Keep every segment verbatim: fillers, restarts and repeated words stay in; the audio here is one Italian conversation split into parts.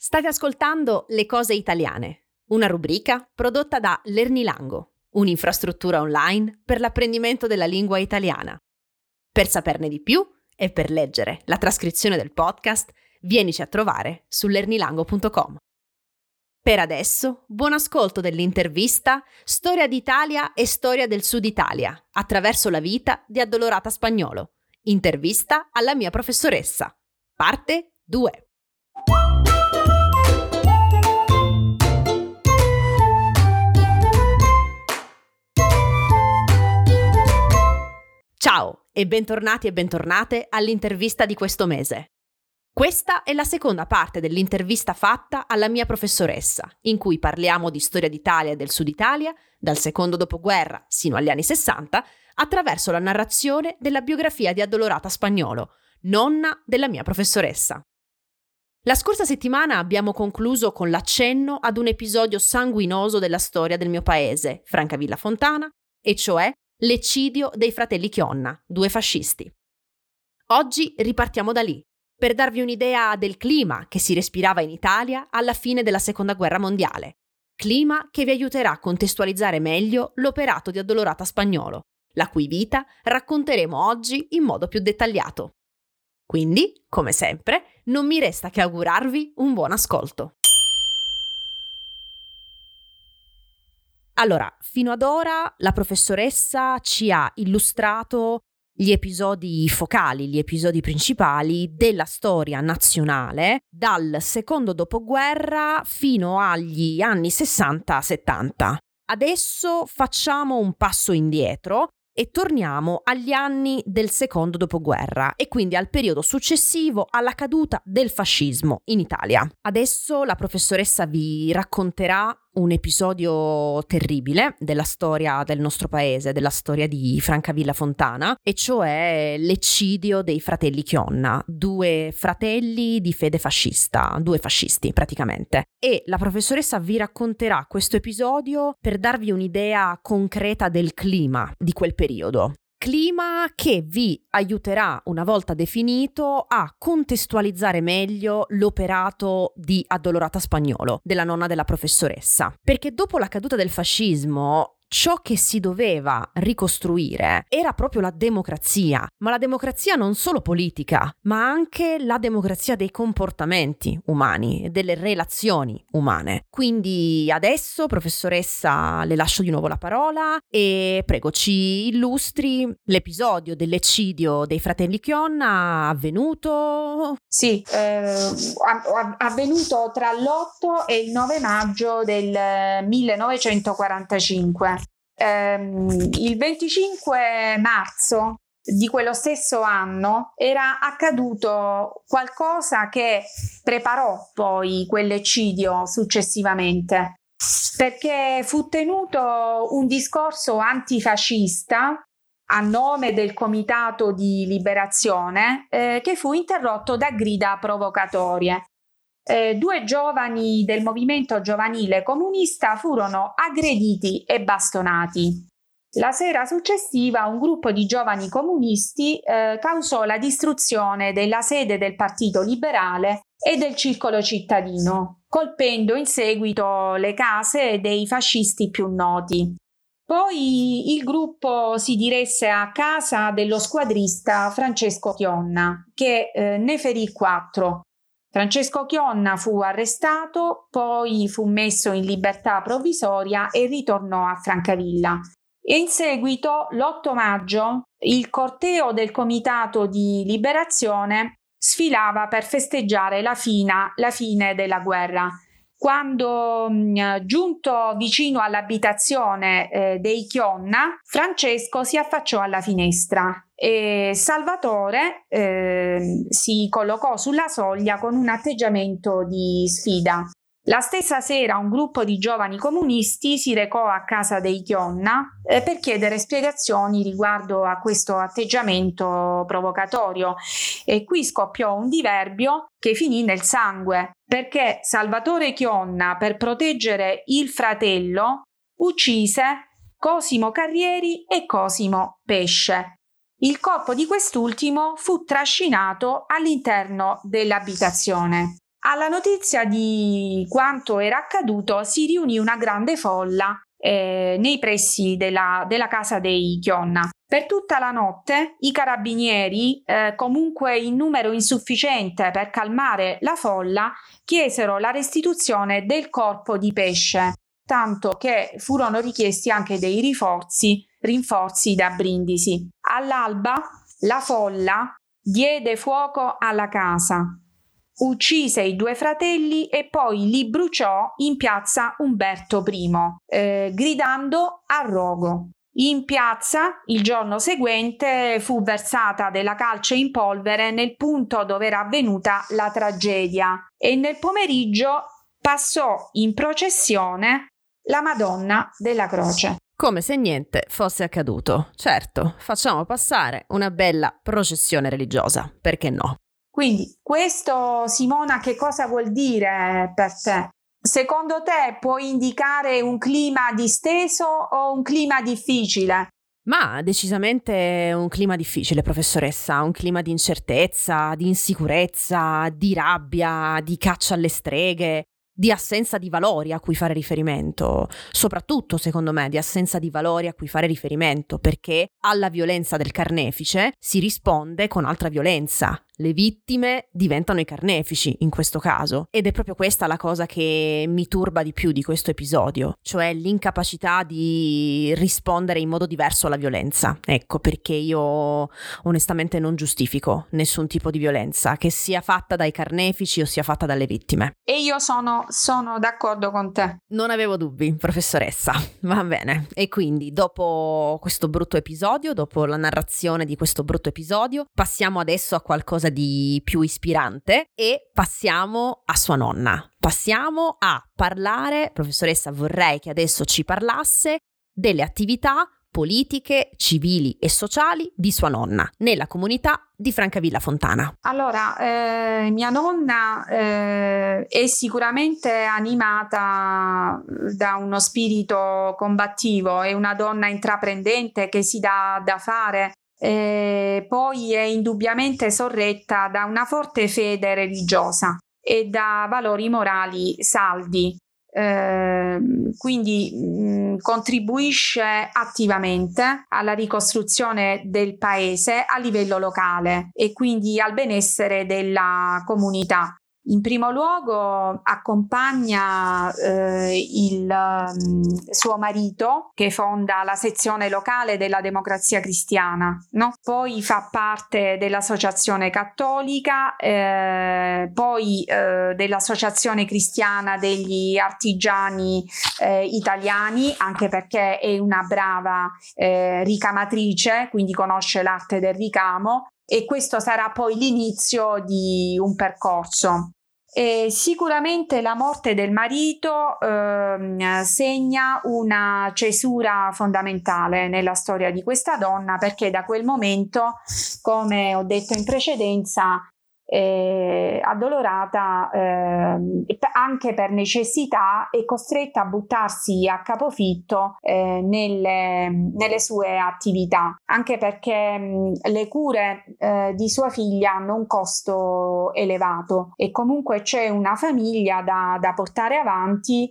State ascoltando Le cose italiane, una rubrica prodotta da Lernilango, un'infrastruttura online per l'apprendimento della lingua italiana. Per saperne di più e per leggere la trascrizione del podcast, vienici a trovare su lernilango punto com. Per adesso, buon ascolto dell'intervista Storia d'Italia e Storia del Sud Italia attraverso la vita di Addolorata Spagnolo. Intervista alla mia professoressa. Parte due. Ciao e bentornati e bentornate all'intervista di questo mese. Questa è la seconda parte dell'intervista fatta alla mia professoressa, in cui parliamo di storia d'Italia e del Sud Italia, dal secondo dopoguerra sino agli anni sessanta, attraverso la narrazione della biografia di Addolorata Spagnolo, nonna della mia professoressa. La scorsa settimana abbiamo concluso con l'accenno ad un episodio sanguinoso della storia del mio paese, Francavilla Fontana, e cioè l'eccidio dei fratelli Chionna, due fascisti. Oggi ripartiamo da lì, per darvi un'idea del clima che si respirava in Italia alla fine della Seconda Guerra Mondiale, clima che vi aiuterà a contestualizzare meglio l'operato di Addolorata Spagnolo, la cui vita racconteremo oggi in modo più dettagliato. Quindi, come sempre, non mi resta che augurarvi un buon ascolto. Allora, fino ad ora la professoressa ci ha illustrato gli episodi focali, gli episodi principali della storia nazionale dal secondo dopoguerra fino agli anni sessanta settanta. Adesso facciamo un passo indietro e torniamo agli anni del secondo dopoguerra e quindi al periodo successivo alla caduta del fascismo in Italia. Adesso la professoressa vi racconterà un episodio terribile della storia del nostro paese, della storia di Francavilla Fontana, e cioè l'eccidio dei fratelli Chionna, due fratelli di fede fascista, due fascisti praticamente. E la professoressa vi racconterà questo episodio per darvi un'idea concreta del clima di quel periodo. Clima che vi aiuterà, una volta definito, a contestualizzare meglio l'operato di Addolorata Spagnolo, della nonna della professoressa. Perché dopo la caduta del fascismo, ciò che si doveva ricostruire era proprio la democrazia, ma la democrazia non solo politica, ma anche la democrazia dei comportamenti umani e delle relazioni umane. Quindi adesso, professoressa, le lascio di nuovo la parola e prego ci illustri l'episodio dell'eccidio dei fratelli Chionna avvenuto. Sì, eh, avvenuto tra l'otto e il nove maggio del millenovecentoquarantacinque. Il venticinque marzo di quello stesso anno era accaduto qualcosa che preparò poi quell'eccidio successivamente, perché fu tenuto un discorso antifascista a nome del Comitato di Liberazione eh, che fu interrotto da grida provocatorie. Eh, due giovani del movimento giovanile comunista furono aggrediti e bastonati. La sera successiva un gruppo di giovani comunisti eh, causò la distruzione della sede del Partito Liberale e del circolo cittadino, colpendo in seguito le case dei fascisti più noti. Poi il gruppo si diresse a casa dello squadrista Francesco Chionna, che eh, ne ferì quattro. Francesco Chionna fu arrestato, poi fu messo in libertà provvisoria e ritornò a Francavilla. E in seguito, l'otto maggio, il corteo del Comitato di Liberazione sfilava per festeggiare la, fina, la fine della guerra. Quando mh, giunto vicino all'abitazione eh, dei Chionna, Francesco si affacciò alla finestra e Salvatore eh, si collocò sulla soglia con un atteggiamento di sfida. La stessa sera un gruppo di giovani comunisti si recò a casa dei Chionna eh, per chiedere spiegazioni riguardo a questo atteggiamento provocatorio, e qui scoppiò un diverbio che finì nel sangue, perché Salvatore Chionna, per proteggere il fratello, uccise Cosimo Carrieri e Cosimo Pesce. Il corpo di quest'ultimo fu trascinato all'interno dell'abitazione. Alla notizia di quanto era accaduto si riunì una grande folla eh, nei pressi della, della casa dei Chionna. Per tutta la notte i carabinieri, eh, comunque in numero insufficiente per calmare la folla, chiesero la restituzione del corpo di pesce, tanto che furono richiesti anche dei rinforzi, rinforzi da Brindisi. All'alba la folla diede fuoco alla casa, uccise i due fratelli e poi li bruciò in piazza Umberto I, eh, gridando a rogo. In piazza il giorno seguente fu versata della calce in polvere nel punto dove era avvenuta la tragedia e nel pomeriggio passò in processione la Madonna della Croce. Come se niente fosse accaduto. Certo, facciamo passare una bella processione religiosa, perché no? Quindi questo, Simona, che cosa vuol dire per te? Secondo te può indicare un clima disteso o un clima difficile? Ma decisamente un clima difficile, professoressa, un clima di incertezza, di insicurezza, di rabbia, di caccia alle streghe, di assenza di valori a cui fare riferimento, soprattutto secondo me di assenza di valori a cui fare riferimento, perché alla violenza del carnefice si risponde con altra violenza. Le vittime diventano i carnefici in questo caso ed è proprio questa la cosa che mi turba di più di questo episodio, cioè l'incapacità di rispondere in modo diverso alla violenza. Ecco perché io onestamente non giustifico nessun tipo di violenza, che sia fatta dai carnefici o sia fatta dalle vittime. E io sono, sono d'accordo con te. Non avevo dubbi, professoressa. Va bene. E quindi dopo questo brutto episodio, dopo la narrazione di questo brutto episodio, passiamo adesso a qualcosa di più ispirante e passiamo a sua nonna. Passiamo a parlare, professoressa, vorrei che adesso ci parlasse delle attività politiche, civili e sociali di sua nonna nella comunità di Francavilla Fontana. Allora, eh, mia nonna eh, è sicuramente animata da uno spirito combattivo, è una donna intraprendente che si dà da fare. Eh, poi è indubbiamente sorretta da una forte fede religiosa e da valori morali saldi, eh, quindi mh, contribuisce attivamente alla ricostruzione del paese a livello locale e quindi al benessere della comunità. In primo luogo accompagna eh, il um, suo marito che fonda la sezione locale della Democrazia Cristiana, no? Poi fa parte dell'Associazione Cattolica, eh, poi eh, dell'Associazione Cristiana degli Artigiani eh, Italiani, anche perché è una brava eh, ricamatrice, quindi conosce l'arte del ricamo e questo sarà poi l'inizio di un percorso. E sicuramente la morte del marito eh, segna una cesura fondamentale nella storia di questa donna, perché da quel momento, come ho detto in precedenza, eh, addolorata eh, anche per necessità è costretta a buttarsi a capofitto eh, nelle, nelle sue attività, anche perché mh, le cure eh, di sua figlia hanno un costo elevato e comunque c'è una famiglia da, da portare avanti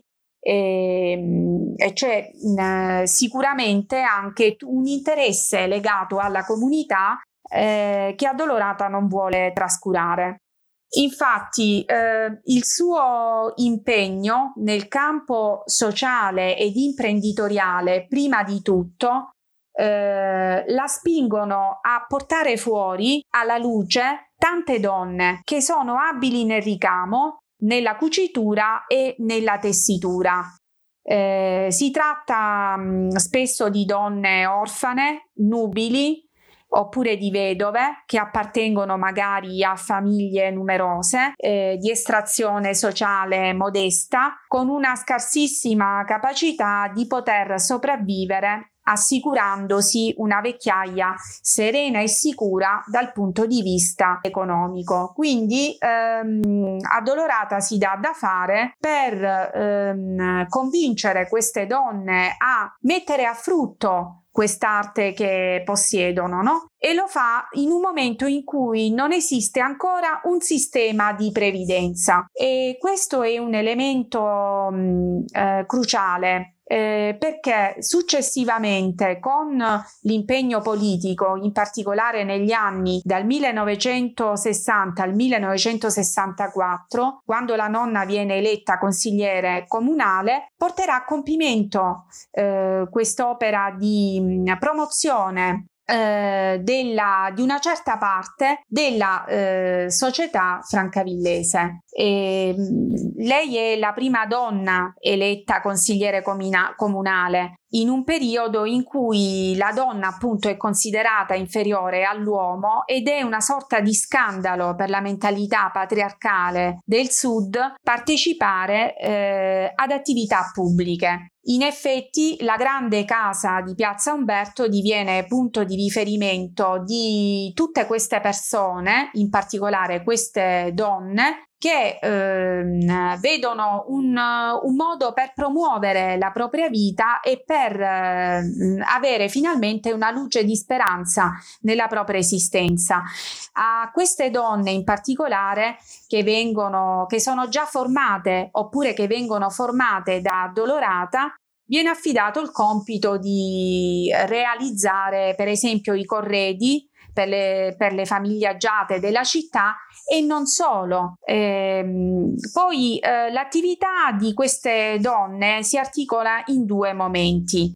e, e c'è mh, sicuramente anche un interesse legato alla comunità Eh, che addolorata non vuole trascurare. Infatti eh, il suo impegno nel campo sociale ed imprenditoriale prima di tutto eh, la spingono a portare fuori alla luce tante donne che sono abili nel ricamo, nella cucitura e nella tessitura. Eh, si tratta mh, spesso di donne orfane, nubili, oppure di vedove che appartengono magari a famiglie numerose, eh, di estrazione sociale modesta, con una scarsissima capacità di poter sopravvivere assicurandosi una vecchiaia serena e sicura dal punto di vista economico. Quindi ehm, addolorata si dà da fare per ehm, convincere queste donne a mettere a frutto quest'arte che possiedono, no? E lo fa in un momento in cui non esiste ancora un sistema di previdenza, e questo è un elemento mh, eh, cruciale. Eh, perché successivamente, con l'impegno politico, in particolare negli anni dal millenovecentosessanta al millenovecentosessantaquattro, quando la nonna viene eletta consigliere comunale, porterà a compimento eh, quest'opera di mh, promozione Eh, della, di una certa parte della eh, società francavillese. E, mh, lei è la prima donna eletta consigliere comina- comunale in un periodo in cui la donna appunto è considerata inferiore all'uomo, ed è una sorta di scandalo per la mentalità patriarcale del Sud partecipare eh, ad attività pubbliche. In effetti la grande casa di Piazza Umberto diviene punto di riferimento di tutte queste persone, in particolare queste donne, che ehm, vedono un, un modo per promuovere la propria vita e per eh, avere finalmente una luce di speranza nella propria esistenza. A queste donne in particolare, che vengono, che sono già formate oppure che vengono formate da addolorata, viene affidato il compito di realizzare per esempio i corredi per le, per le famiglie agiate della città, e non solo. Ehm, poi eh, l'attività di queste donne si articola in due momenti.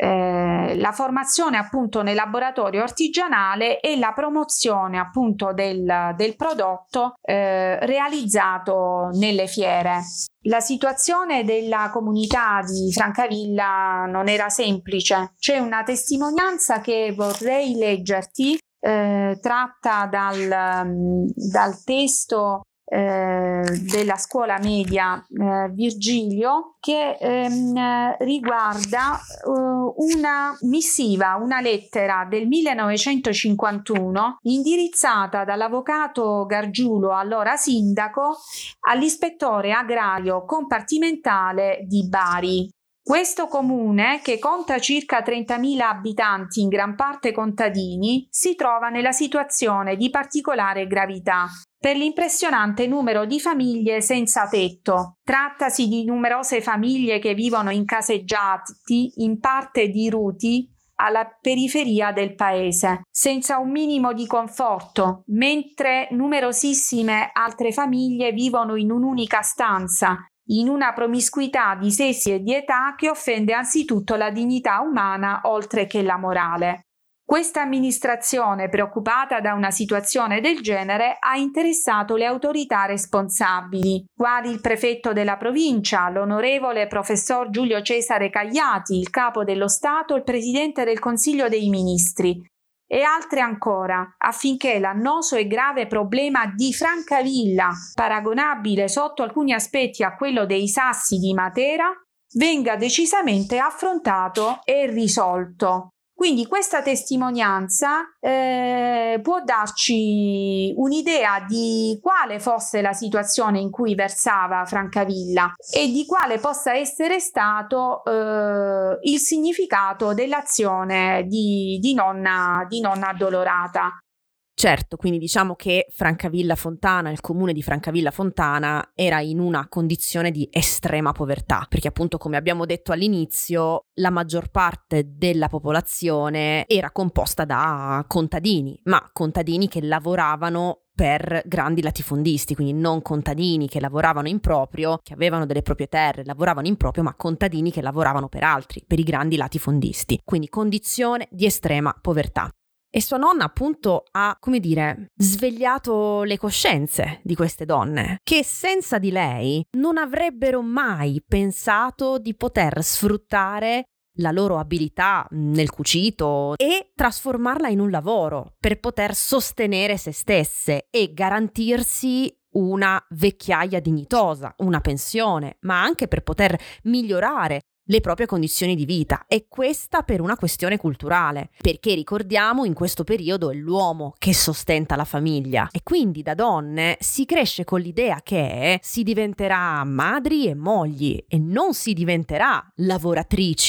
Eh, la formazione appunto nel laboratorio artigianale e la promozione appunto del, del prodotto eh, realizzato nelle fiere. La situazione della comunità di Francavilla non era semplice. C'è una testimonianza che vorrei leggerti, eh, tratta dal, dal testo Eh, della scuola media eh, Virgilio, che ehm, riguarda eh, una missiva, una lettera del millenovecentocinquantuno indirizzata dall'avvocato Gargiulo, allora sindaco, all'ispettore agrario compartimentale di Bari. Questo comune, che conta circa trentamila abitanti, in gran parte contadini, si trova nella situazione di particolare gravità per l'impressionante numero di famiglie senza tetto. Trattasi di numerose famiglie che vivono in caseggiati, in parte diruti, alla periferia del paese, senza un minimo di conforto, mentre numerosissime altre famiglie vivono in un'unica stanza, in una promiscuità di sessi e di età che offende anzitutto la dignità umana oltre che la morale. Questa amministrazione, preoccupata da una situazione del genere, ha interessato le autorità responsabili, quali il prefetto della provincia, l'onorevole professor Giulio Cesare Cagliati, il capo dello Stato, il presidente del Consiglio dei Ministri, e altre ancora, affinché l'annoso e grave problema di Francavilla, paragonabile sotto alcuni aspetti a quello dei Sassi di Matera, venga decisamente affrontato e risolto. Quindi questa testimonianza eh, può darci un'idea di quale fosse la situazione in cui versava Francavilla e di quale possa essere stato eh, il significato dell'azione di, di, nonna, di nonna addolorata. Certo, quindi diciamo che Francavilla Fontana, il comune di Francavilla Fontana, era in una condizione di estrema povertà, perché appunto, come abbiamo detto all'inizio, la maggior parte della popolazione era composta da contadini, ma contadini che lavoravano per grandi latifondisti, quindi non contadini che lavoravano in proprio, che avevano delle proprie terre, lavoravano in proprio, ma contadini che lavoravano per altri, per i grandi latifondisti. Quindi condizione di estrema povertà. E sua nonna appunto ha, come dire, svegliato le coscienze di queste donne, che senza di lei non avrebbero mai pensato di poter sfruttare la loro abilità nel cucito e trasformarla in un lavoro per poter sostenere se stesse e garantirsi una vecchiaia dignitosa, una pensione, ma anche per poter migliorare le proprie condizioni di vita, e questa per una questione culturale, perché ricordiamo in questo periodo è l'uomo che sostenta la famiglia e quindi da donne si cresce con l'idea che si diventerà madri e mogli e non si diventerà lavoratrici.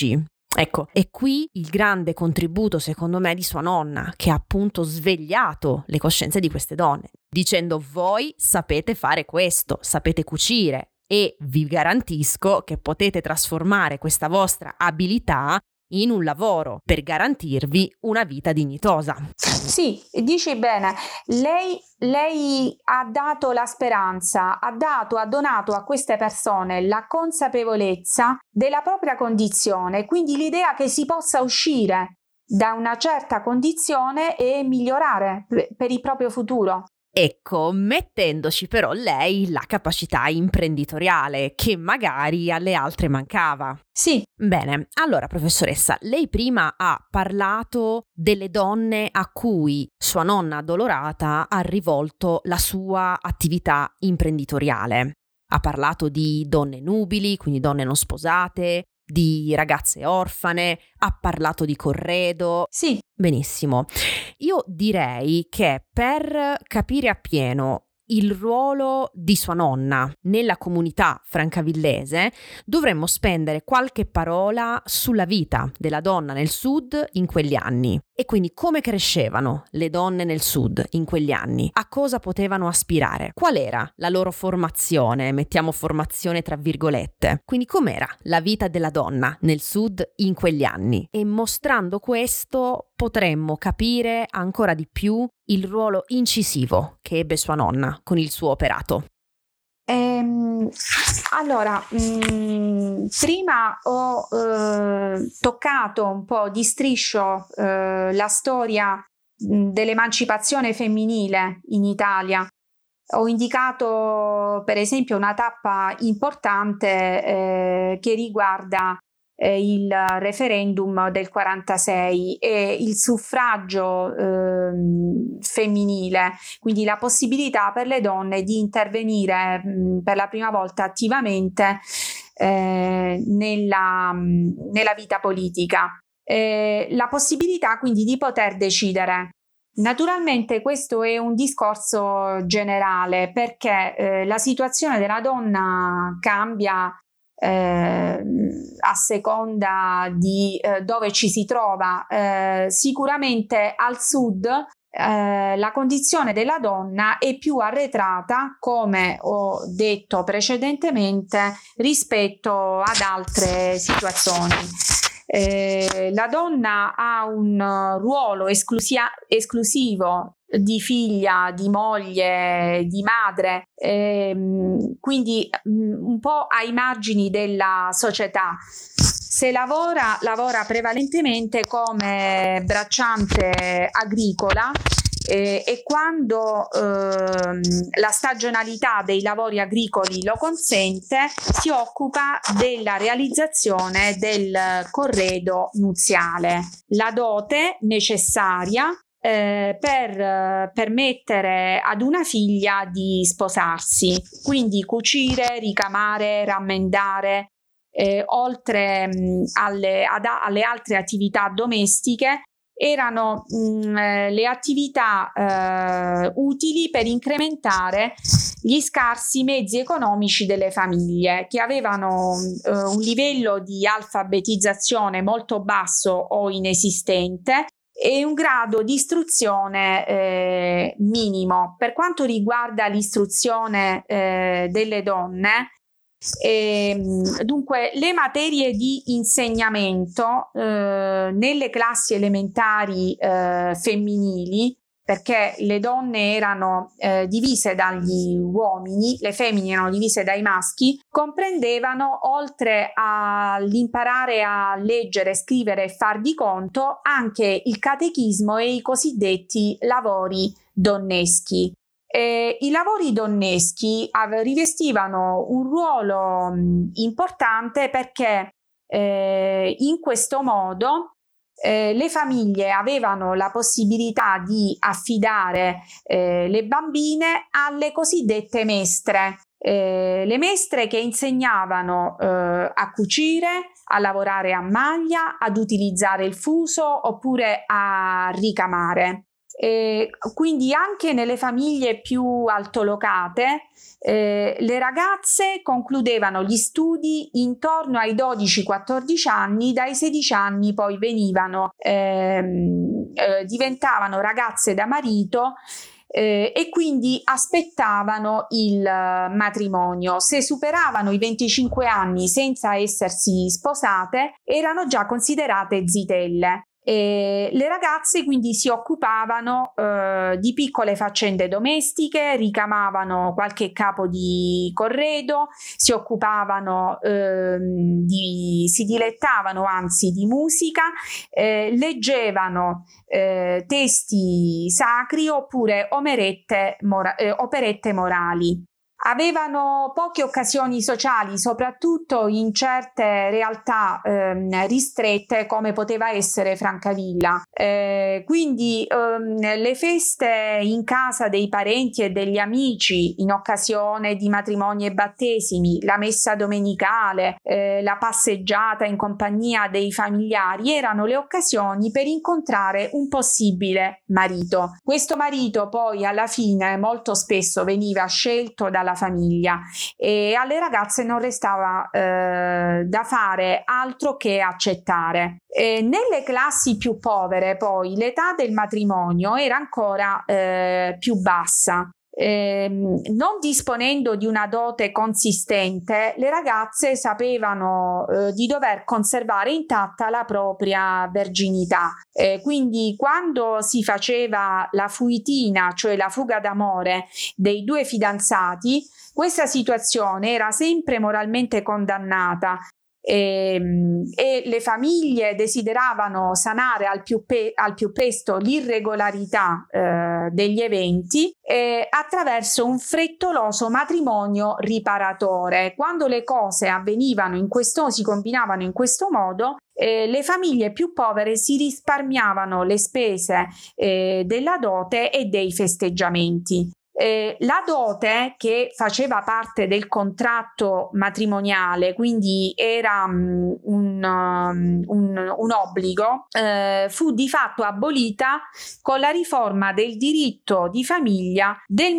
Ecco, e qui il grande contributo secondo me di sua nonna, che ha appunto svegliato le coscienze di queste donne, dicendo: voi sapete fare questo, sapete cucire e vi garantisco che potete trasformare questa vostra abilità in un lavoro per garantirvi una vita dignitosa. Sì, dici bene, lei, lei ha dato la speranza, ha dato, ha donato a queste persone la consapevolezza della propria condizione, quindi l'idea che si possa uscire da una certa condizione e migliorare per il proprio futuro. Ecco, mettendoci però lei la capacità imprenditoriale che magari alle altre mancava. Sì. Bene, allora professoressa, lei prima ha parlato delle donne a cui sua nonna addolorata ha rivolto la sua attività imprenditoriale. Ha parlato di donne nubili, quindi donne non sposate, di ragazze orfane, ha parlato di corredo. Sì. Benissimo. Io direi che per capire appieno il ruolo di sua nonna nella comunità francavillese dovremmo spendere qualche parola sulla vita della donna nel sud in quegli anni. E quindi come crescevano le donne nel sud in quegli anni? A cosa potevano aspirare? Qual era la loro formazione? Mettiamo formazione tra virgolette. Quindi com'era la vita della donna nel sud in quegli anni? E mostrando questo potremmo capire ancora di più il ruolo incisivo che ebbe sua nonna con il suo operato. Ehm, allora, mh, prima ho eh, toccato un po' di striscio eh, la storia mh, dell'emancipazione femminile in Italia. Ho indicato per esempio una tappa importante eh, che riguarda eh, il referendum del quarantasei e il suffragio eh, femminile, quindi la possibilità per le donne di intervenire mh, per la prima volta attivamente eh, nella, mh, nella vita politica. Eh, la possibilità quindi di poter decidere. Naturalmente questo è un discorso generale perché eh, la situazione della donna cambia eh, a seconda di eh, dove ci si trova. Eh, sicuramente al sud eh, la condizione della donna è più arretrata, come ho detto precedentemente, rispetto ad altre situazioni. Eh, la donna ha un ruolo esclusia- esclusivo di figlia, di moglie, di madre, ehm, quindi mh, un po' ai margini della società. Se lavora, lavora prevalentemente come bracciante agricola eh, e quando ehm, la stagionalità dei lavori agricoli lo consente, si occupa della realizzazione del corredo nuziale, la dote necessaria Eh, per eh, permettere ad una figlia di sposarsi, quindi cucire, ricamare, rammendare, eh, oltre mh, alle, ad, alle altre attività domestiche, erano mh, le attività eh, utili per incrementare gli scarsi mezzi economici delle famiglie, che avevano eh, un livello di alfabetizzazione molto basso o inesistente e un grado di istruzione eh, minimo. Per quanto riguarda l'istruzione eh, delle donne, eh, dunque le materie di insegnamento eh, nelle classi elementari eh, femminili, perché le donne erano eh, divise dagli uomini, le femmine erano divise dai maschi, comprendevano, oltre all'imparare a leggere, scrivere e far di conto, anche il catechismo e i cosiddetti lavori donneschi. Eh, I lavori donneschi av- rivestivano un ruolo mh, importante perché eh, in questo modo Eh, le famiglie avevano la possibilità di affidare eh, le bambine alle cosiddette mestre, eh, le mestre che insegnavano eh, a cucire, a lavorare a maglia, ad utilizzare il fuso oppure a ricamare. Eh, quindi anche nelle famiglie più altolocate eh, le ragazze concludevano gli studi intorno ai dodici quattordici anni, dai sedici anni poi venivano ehm, eh, diventavano ragazze da marito eh, e quindi aspettavano il matrimonio. Se superavano i venticinque anni senza essersi sposate, erano già considerate zitelle. E le ragazze quindi si occupavano eh, di piccole faccende domestiche, ricamavano qualche capo di corredo, si occupavano eh, di, si dilettavano anzi di musica, eh, leggevano eh, testi sacri oppure omerette, mora, eh, operette morali. Avevano poche occasioni sociali, soprattutto in certe realtà ehm, ristrette come poteva essere Francavilla. Eh, quindi ehm, le feste in casa dei parenti e degli amici in occasione di matrimoni e battesimi, la messa domenicale, eh, la passeggiata in compagnia dei familiari erano le occasioni per incontrare un possibile marito. Questo marito poi alla fine molto spesso veniva scelto dalla famiglia e alle ragazze non restava eh, da fare altro che accettare. E nelle classi più povere poi l'età del matrimonio era ancora eh, più bassa. Eh, non disponendo di una dote consistente, le ragazze sapevano eh, di dover conservare intatta la propria verginità. Eh, quindi quando si faceva la fuitina, cioè la fuga d'amore dei due fidanzati, questa situazione era sempre moralmente condannata. E, e le famiglie desideravano sanare al più, pe- al più presto l'irregolarità eh, degli eventi eh, attraverso un frettoloso matrimonio riparatore. Quando le cose avvenivano in questo, si combinavano in questo modo, eh, le famiglie più povere si risparmiavano le spese eh, della dote e dei festeggiamenti. Eh, la dote, che faceva parte del contratto matrimoniale, quindi era um, un, um, un, un obbligo, eh, fu di fatto abolita con la riforma del diritto di famiglia del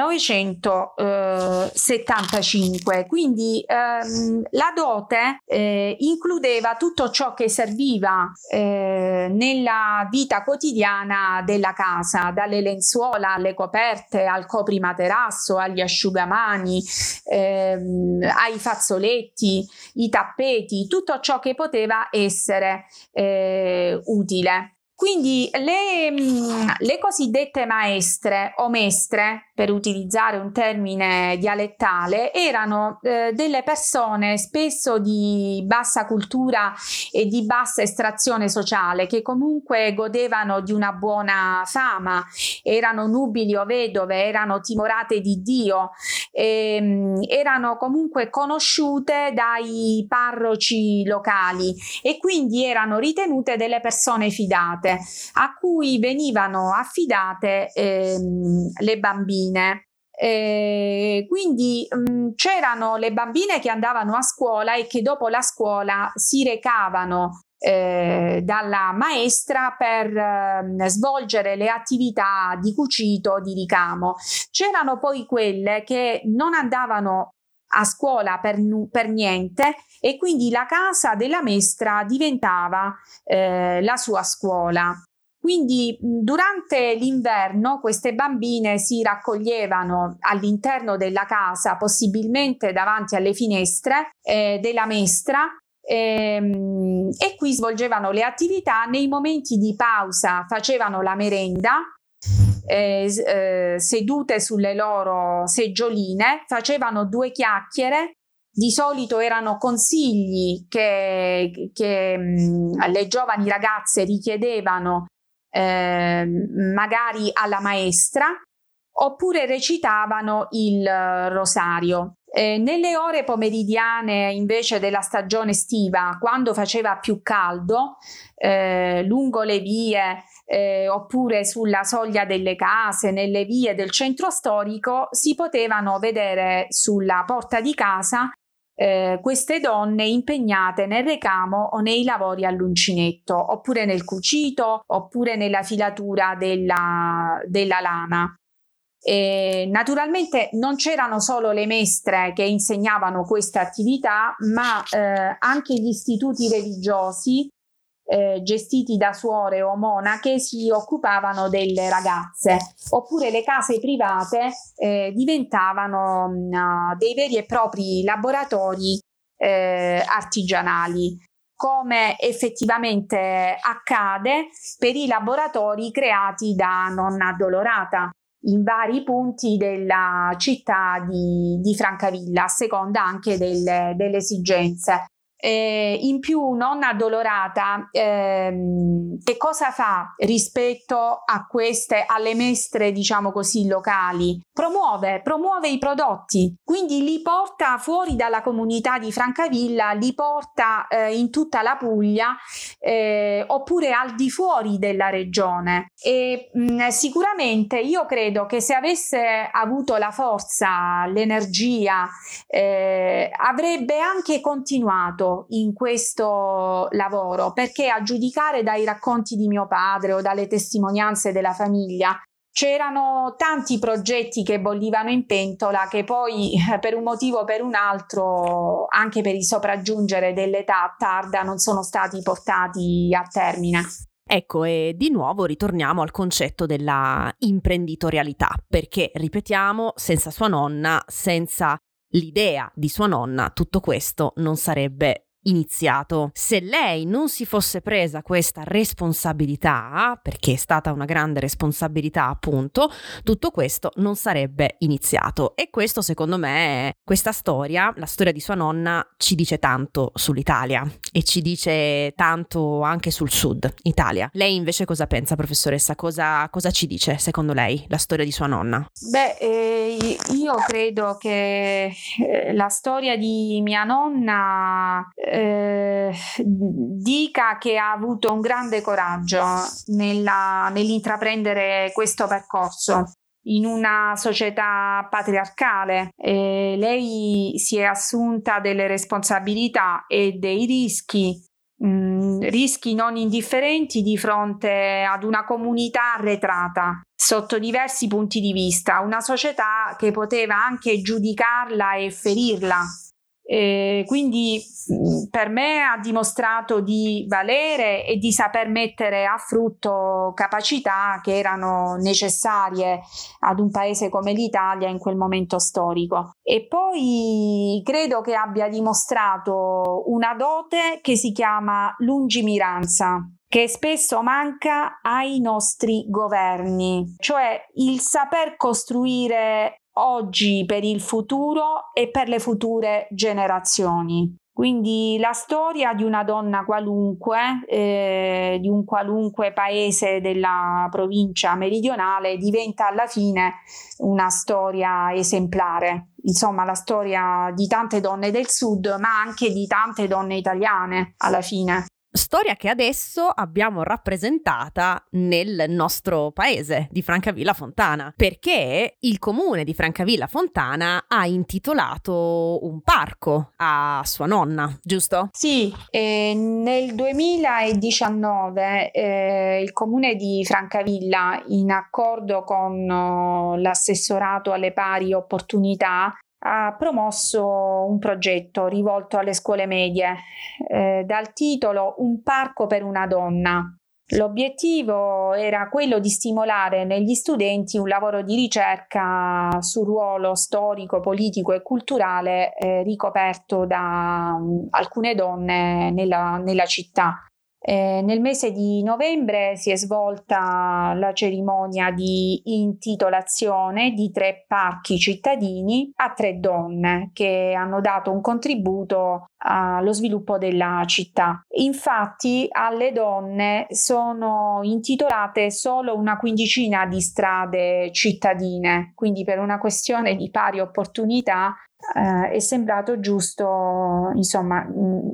millenovecentosettantacinque. Quindi ehm, la dote eh, includeva tutto ciò che serviva eh, nella vita quotidiana della casa, dalle lenzuola alle coperte, al coprimaterasso, agli asciugamani, ehm, ai fazzoletti, i tappeti, tutto ciò che poteva essere eh, utile. Quindi le, le cosiddette maestre o mestre, per utilizzare un termine dialettale, erano eh, delle persone spesso di bassa cultura e di bassa estrazione sociale, che comunque godevano di una buona fama, erano nubili o vedove, erano timorate di Dio, ehm, erano comunque conosciute dai parroci locali e quindi erano ritenute delle persone fidate, a cui venivano affidate ehm, le bambine. Eh, quindi mh, c'erano le bambine che andavano a scuola e che dopo la scuola si recavano eh, dalla maestra per eh, svolgere le attività di cucito, di ricamo. C'erano poi quelle che non andavano a scuola per, per niente e quindi la casa della maestra diventava eh, la sua scuola. Quindi durante l'inverno queste bambine si raccoglievano all'interno della casa, possibilmente davanti alle finestre eh, della maestra, ehm, e qui svolgevano le attività. Nei momenti di pausa facevano la merenda, Eh, eh, sedute sulle loro seggioline, facevano due chiacchiere. Di solito erano consigli che, che mh, le giovani ragazze richiedevano eh, magari alla maestra, oppure recitavano il rosario. Eh, nelle ore pomeridiane invece della stagione estiva, quando faceva più caldo, eh, lungo le vie eh, oppure sulla soglia delle case, nelle vie del centro storico, si potevano vedere sulla porta di casa eh, queste donne impegnate nel recamo o nei lavori all'uncinetto, oppure nel cucito, oppure nella filatura della, della lana. E naturalmente non c'erano solo le mestre che insegnavano questa attività, ma eh, anche gli istituti religiosi eh, gestiti da suore o monache si occupavano delle ragazze, oppure le case private eh, diventavano mh, dei veri e propri laboratori eh, artigianali, come effettivamente accade per i laboratori creati da Nonna Addolorata in vari punti della città di, di Francavilla, a seconda anche delle, delle esigenze. Eh, in più Nonna Addolorata ehm, che cosa fa rispetto a queste, alle mestre diciamo così locali? Promuove, promuove i prodotti, quindi li porta fuori dalla comunità di Francavilla, li porta eh, in tutta la Puglia eh, oppure al di fuori della regione. E mh, sicuramente io credo che se avesse avuto la forza, l'energia, eh, avrebbe anche continuato in questo lavoro, perché a giudicare dai racconti di mio padre o dalle testimonianze della famiglia c'erano tanti progetti che bollivano in pentola, che poi per un motivo o per un altro, anche per il sopraggiungere dell'età tarda, non sono stati portati a termine. Ecco, e di nuovo ritorniamo al concetto della imprenditorialità, perché, ripetiamo, senza sua nonna, senza l'idea di sua nonna, tutto questo non sarebbe iniziato. Se lei non si fosse presa questa responsabilità, perché è stata una grande responsabilità appunto, tutto questo non sarebbe iniziato. E questo, secondo me, questa storia, la storia di sua nonna, ci dice tanto sull'Italia e ci dice tanto anche sul sud Italia. Lei invece cosa pensa, professoressa? Cosa, cosa ci dice secondo lei la storia di sua nonna? Beh, eh, io credo che eh, la storia di mia nonna eh, dica che ha avuto un grande coraggio nella, nell'intraprendere questo percorso in una società patriarcale. Eh, lei si è assunta delle responsabilità e dei rischi, mh, rischi non indifferenti di fronte ad una comunità arretrata sotto diversi punti di vista, una società che poteva anche giudicarla e ferirla. Eh, quindi mh, per me ha dimostrato di valere e di saper mettere a frutto capacità che erano necessarie ad un paese come l'Italia in quel momento storico. E poi credo che abbia dimostrato una dote che si chiama lungimiranza, che spesso manca ai nostri governi, cioè il saper costruire oggi per il futuro e per le future generazioni. Quindi la storia di una donna qualunque, eh, di un qualunque paese della provincia meridionale, diventa alla fine una storia esemplare. Insomma, la storia di tante donne del sud, ma anche di tante donne italiane alla fine. Storia che adesso abbiamo rappresentata nel nostro paese di Francavilla Fontana, perché il comune di Francavilla Fontana ha intitolato un parco a sua nonna, giusto? Sì, eh, nel duemiladiciannove eh, il comune di Francavilla, in accordo con oh, l'assessorato alle pari opportunità, ha promosso un progetto rivolto alle scuole medie eh, dal titolo Un parco per una donna. L'obiettivo era quello di stimolare negli studenti un lavoro di ricerca sul ruolo storico, politico e culturale eh, ricoperto da um, alcune donne nella, nella città. Eh, nel mese di novembre si è svolta la cerimonia di intitolazione di tre parchi cittadini a tre donne che hanno dato un contributo allo sviluppo della città. Infatti alle donne sono intitolate solo una quindicina di strade cittadine, quindi per una questione di pari opportunità eh, è sembrato giusto, insomma,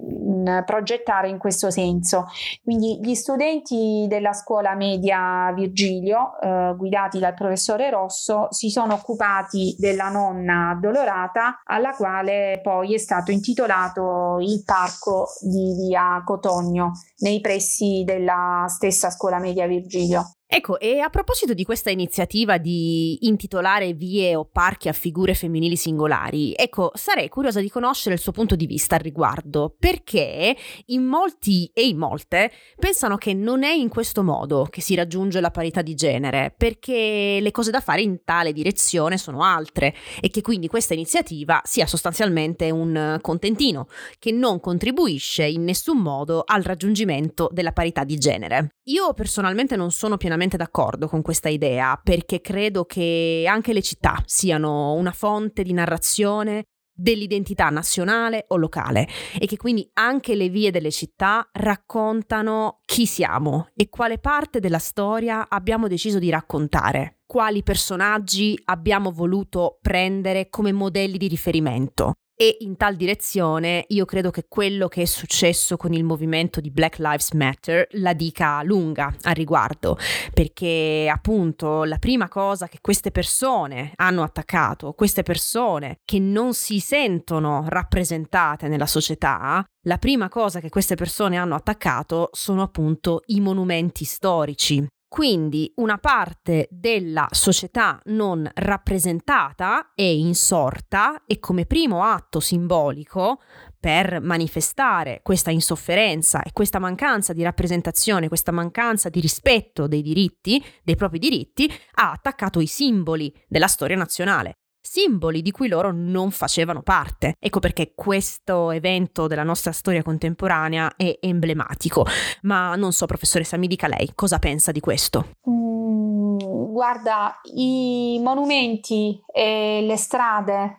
mh, progettare in questo senso. Quindi gli studenti della scuola media Virgilio, eh, guidati dal professore Rosso, si sono occupati della nonna addolorata, alla quale poi è stato intitolato il parco di via Cotogno, nei pressi della stessa scuola media Virgilio. Ecco, e a proposito di questa iniziativa di intitolare vie o parchi a figure femminili singolari, ecco, sarei curiosa di conoscere il suo punto di vista al riguardo, perché in molti e in molte pensano che non è in questo modo che si raggiunge la parità di genere, perché le cose da fare in tale direzione sono altre e che quindi questa iniziativa sia sostanzialmente un contentino che non contribuisce in nessun modo al raggiungimento della parità di genere. Io personalmente non sono pienamente d'accordo con questa idea, perché credo che anche le città siano una fonte di narrazione dell'identità nazionale o locale e che quindi anche le vie delle città raccontano chi siamo e quale parte della storia abbiamo deciso di raccontare, quali personaggi abbiamo voluto prendere come modelli di riferimento. E in tal direzione io credo che quello che è successo con il movimento di Black Lives Matter la dica lunga a riguardo, perché appunto la prima cosa che queste persone hanno attaccato, queste persone che non si sentono rappresentate nella società, la prima cosa che queste persone hanno attaccato sono appunto i monumenti storici. Quindi una parte della società non rappresentata è insorta e come primo atto simbolico per manifestare questa insofferenza e questa mancanza di rappresentazione, questa mancanza di rispetto dei diritti, dei propri diritti, ha attaccato i simboli della storia nazionale. Simboli di cui loro non facevano parte. Ecco perché questo evento della nostra storia contemporanea è emblematico. Ma non so, professoressa, mi dica lei, cosa pensa di questo? Mm, guarda, i monumenti e le strade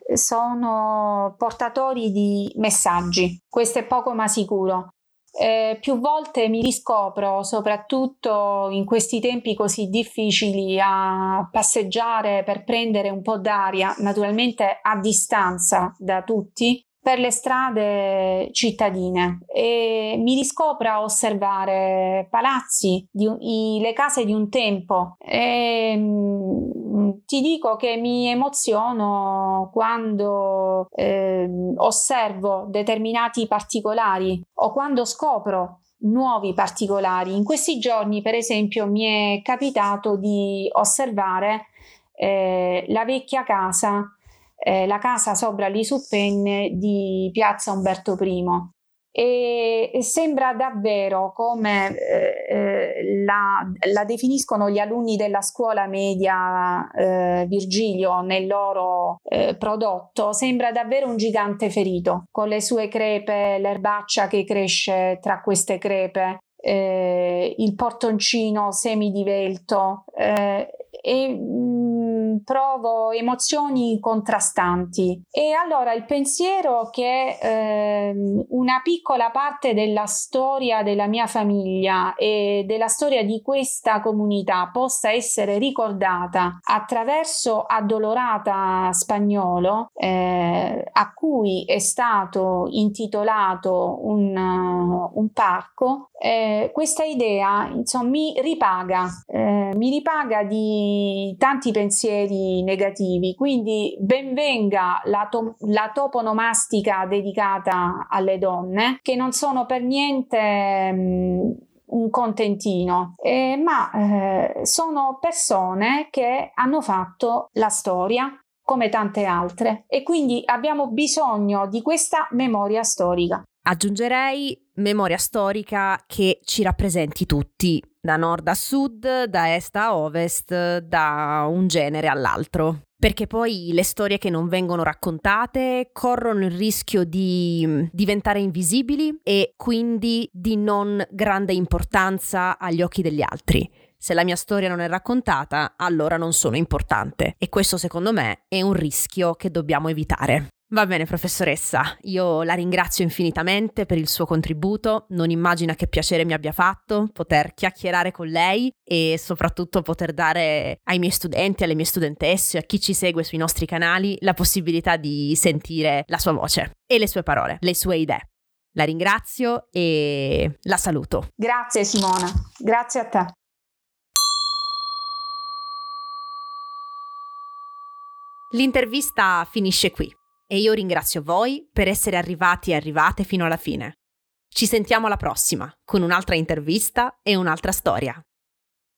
sono portatori di messaggi, questo è poco ma sicuro. Eh, più volte mi riscopro, soprattutto in questi tempi così difficili, a passeggiare per prendere un po' d'aria, naturalmente a distanza da tutti, per le strade cittadine e mi riscopro a osservare palazzi, di un, i, le case di un tempo e mh, ti dico che mi emoziono quando eh, osservo determinati particolari o quando scopro nuovi particolari. In questi giorni, per esempio, mi è capitato di osservare eh, la vecchia casa Eh, la casa sopra lì su Penne di Piazza Umberto Primo e, e sembra davvero come eh, eh, la, la definiscono gli alunni della scuola media eh, Virgilio nel loro eh, prodotto, sembra davvero un gigante ferito con le sue crepe, l'erbaccia che cresce tra queste crepe, eh, il portoncino semidivelto eh, e mh, provo emozioni contrastanti e allora il pensiero che eh, una piccola parte della storia della mia famiglia e della storia di questa comunità possa essere ricordata attraverso Addolorata Spagnolo, eh, a cui è stato intitolato un, uh, un parco, eh, questa idea insomma mi ripaga eh, mi ripaga di tanti pensieri negativi, quindi ben venga la, to- la toponomastica dedicata alle donne che non sono per niente mh, un contentino, eh, ma eh, sono persone che hanno fatto la storia come tante altre e quindi abbiamo bisogno di questa memoria storica. Aggiungerei memoria storica che ci rappresenti tutti, da nord a sud, da est a ovest, da un genere all'altro. Perché poi le storie che non vengono raccontate corrono il rischio di diventare invisibili e quindi di non grande importanza agli occhi degli altri. Se la mia storia non è raccontata, allora non sono importante. E questo secondo me è un rischio che dobbiamo evitare. Va bene, professoressa, io la ringrazio infinitamente per il suo contributo, non immagina che piacere mi abbia fatto poter chiacchierare con lei e soprattutto poter dare ai miei studenti, alle mie studentesse, a chi ci segue sui nostri canali, la possibilità di sentire la sua voce e le sue parole, le sue idee. La ringrazio e la saluto. Grazie Simona, grazie a te. L'intervista finisce qui. E io ringrazio voi per essere arrivati e arrivate fino alla fine. Ci sentiamo alla prossima, con un'altra intervista e un'altra storia.